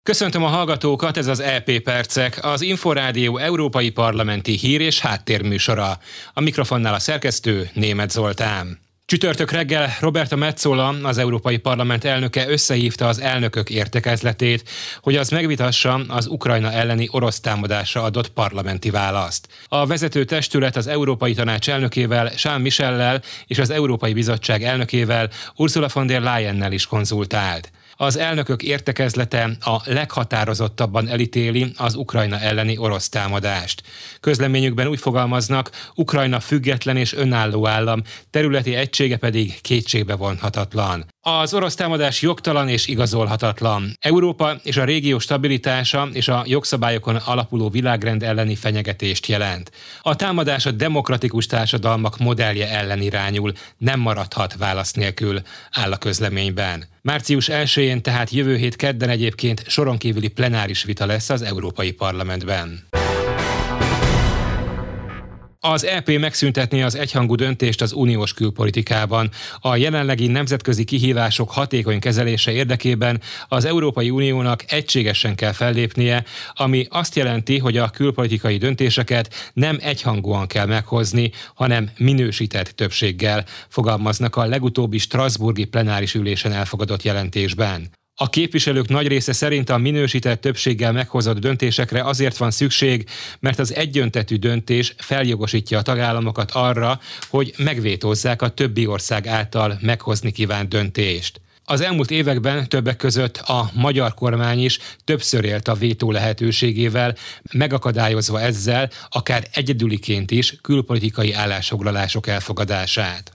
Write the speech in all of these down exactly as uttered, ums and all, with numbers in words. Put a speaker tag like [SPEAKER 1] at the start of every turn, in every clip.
[SPEAKER 1] Köszöntöm a hallgatókat, ez az é pé Percek, az Inforádió európai parlamenti hír- és háttérműsora. A mikrofonnál a szerkesztő Németh Zoltán. Csütörtök reggel Roberta Metsola, az Európai Parlament elnöke összehívta az elnökök értekezletét, hogy az megvitassa az Ukrajna elleni orosz támadásra adott parlamenti választ. A vezető testület az Európai Tanács elnökével, Charles Michellel és az Európai Bizottság elnökével, Ursula von der Leyennel is konzultált. Az elnökök értekezlete a leghatározottabban elítéli az Ukrajna elleni orosz támadást. Közleményükben úgy fogalmaznak, Ukrajna független és önálló állam, területi egysége pedig kétségbe vonhatatlan. Az orosz támadás jogtalan és igazolhatatlan. Európa és a régió stabilitása és a jogszabályokon alapuló világrend elleni fenyegetést jelent. A támadás a demokratikus társadalmak modellje ellen irányul, nem maradhat válasz nélkül, áll a közleményben. március elsején, tehát jövő hét kedden egyébként soron kívüli plenáris vita lesz az Európai Parlamentben. Az é pé megszüntetné az egyhangú döntést az uniós külpolitikában. A jelenlegi nemzetközi kihívások hatékony kezelése érdekében az Európai Uniónak egységesen kell fellépnie, ami azt jelenti, hogy a külpolitikai döntéseket nem egyhangúan kell meghozni, hanem minősített többséggel, fogalmaznak a legutóbbi strasbourgi plenáris ülésen elfogadott jelentésben. A képviselők nagy része szerint a minősített többséggel meghozott döntésekre azért van szükség, mert az egyöntetű döntés feljogosítja a tagállamokat arra, hogy megvétózzák a többi ország által meghozni kívánt döntést. Az elmúlt években többek között a magyar kormány is többször élt a vétó lehetőségével, megakadályozva ezzel akár egyedüliként is külpolitikai állásfoglalások elfogadását.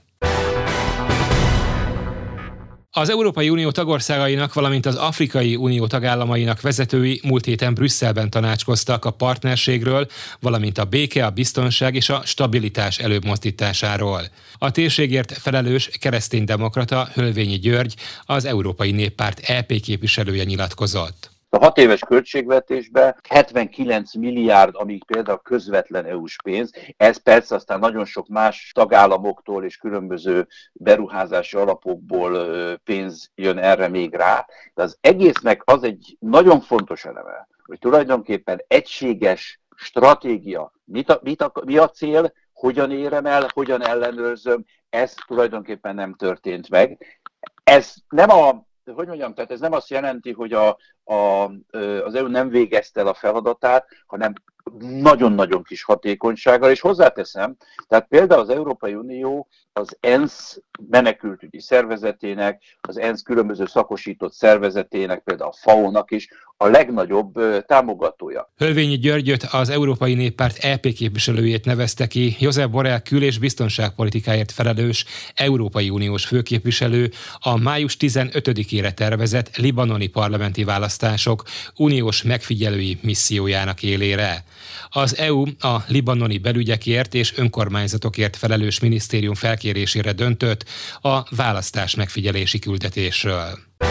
[SPEAKER 1] Az Európai Unió tagországainak, valamint az Afrikai Unió tagállamainak vezetői múlt héten Brüsszelben tanácskoztak a partnerségről, valamint a béke, a biztonság és a stabilitás előmozdításáról. A térségért felelős kereszténydemokrata Hölvényi György, az Európai Néppárt é pé képviselője nyilatkozott.
[SPEAKER 2] A hat éves költségvetésben hetvenkilenc milliárd, amíg például közvetlen é u-s pénz, ez persze aztán nagyon sok más tagállamoktól és különböző beruházási alapokból pénz jön erre még rá. De az egésznek az egy nagyon fontos eleme, hogy tulajdonképpen egységes stratégia, mit a, mit a, mi a cél, hogyan érem el, hogyan ellenőrzöm, ez tulajdonképpen nem történt meg. Ez nem a Hogy mondjam, tehát ez nem azt jelenti, hogy a, a, az é u nem végezte el a feladatát, hanem nagyon-nagyon kis hatékonysággal, és hozzáteszem, tehát például az Európai Unió az ENSZ menekültügyi szervezetének, az ENSZ különböző szakosított szervezetének, például a fao-nak is a legnagyobb támogatója.
[SPEAKER 1] Hölvényi Györgyöt, az Európai Néppárt é pé képviselőjét nevezte ki Josep Borrell kül- és biztonságpolitikáért felelős Európai Uniós főképviselő a május tizenötödikére tervezett libanoni parlamenti választások uniós megfigyelői missziójának élére. Az é u a libanoni belügyekért és önkormányzatokért felelős minisztérium felkérésére döntött a választás megfigyelési küldetésről.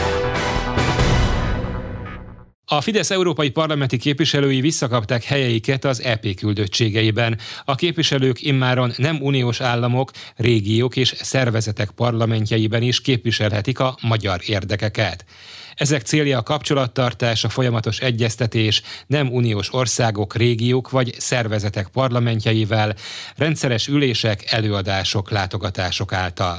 [SPEAKER 1] A Fidesz európai parlamenti képviselői visszakapták helyeiket az é pé küldöttségeiben. A képviselők immáron nem uniós államok, régiók és szervezetek parlamentjeiben is képviselhetik a magyar érdekeket. Ezek célja a kapcsolattartás, a folyamatos egyeztetés nem uniós országok, régiók vagy szervezetek parlamentjeivel, rendszeres ülések, előadások, látogatások által.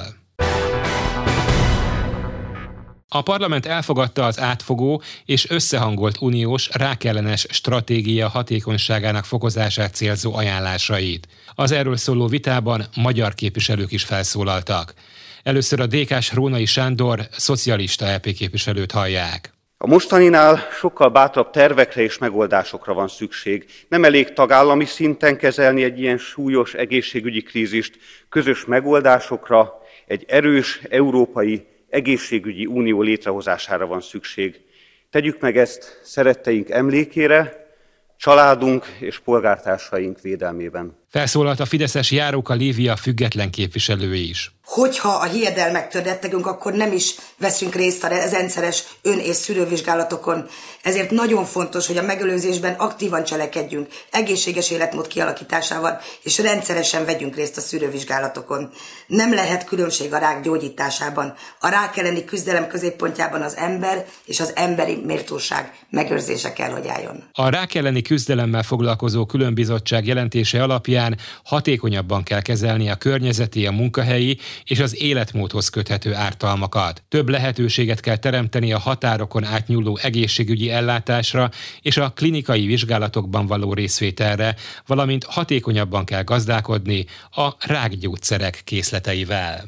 [SPEAKER 1] A parlament elfogadta az átfogó és összehangolt uniós rákellenes stratégia hatékonyságának fokozását célzó ajánlásait. Az erről szóló vitában magyar képviselők is felszólaltak. Először a dé ká-s Rónai Sándor, szocialista é pé képviselőt hallják.
[SPEAKER 3] A mostaninál sokkal bátrabb tervekre és megoldásokra van szükség. Nem elég tagállami szinten kezelni egy ilyen súlyos egészségügyi krízist, közös megoldásokra, egy erős európai egészségügyi unió létrehozására van szükség. Tegyük meg ezt szeretteink emlékére, családunk és polgártársaink védelmében.
[SPEAKER 1] Felszólalt a fideszes Járóka Lívia független képviselő is.
[SPEAKER 4] Hogyha a hiedelmektől rettegünk, akkor nem is veszünk részt a rendszeres ön- és szűrővizsgálatokon. Ezért nagyon fontos, hogy a megelőzésben aktívan cselekedjünk, egészséges életmód kialakításával, és rendszeresen vegyünk részt a szűrővizsgálatokon. Nem lehet különbség a rák gyógyításában. A rák elleni küzdelem középpontjában az ember és az emberi méltóság megőrzése kell, hogy álljon.
[SPEAKER 1] A rák elleni küzdelemmel foglalkozó különbizottság jelentése alapján hatékonyabban kell kezelni a környezeti, a munkahelyi és az életmódhoz köthető ártalmakat. Több lehetőséget kell teremteni a határokon átnyúló egészségügyi ellátásra és a klinikai vizsgálatokban való részvételre, valamint hatékonyabban kell gazdálkodni a rákgyógyszerek készleteivel.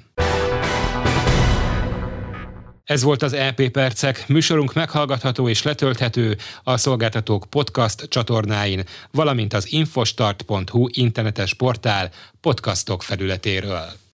[SPEAKER 1] Ez volt az é pé Percek, műsorunk meghallgatható és letölthető a Szolgáltatók podcast csatornáin, valamint az infostart pont hu internetes portál podcastok felületéről.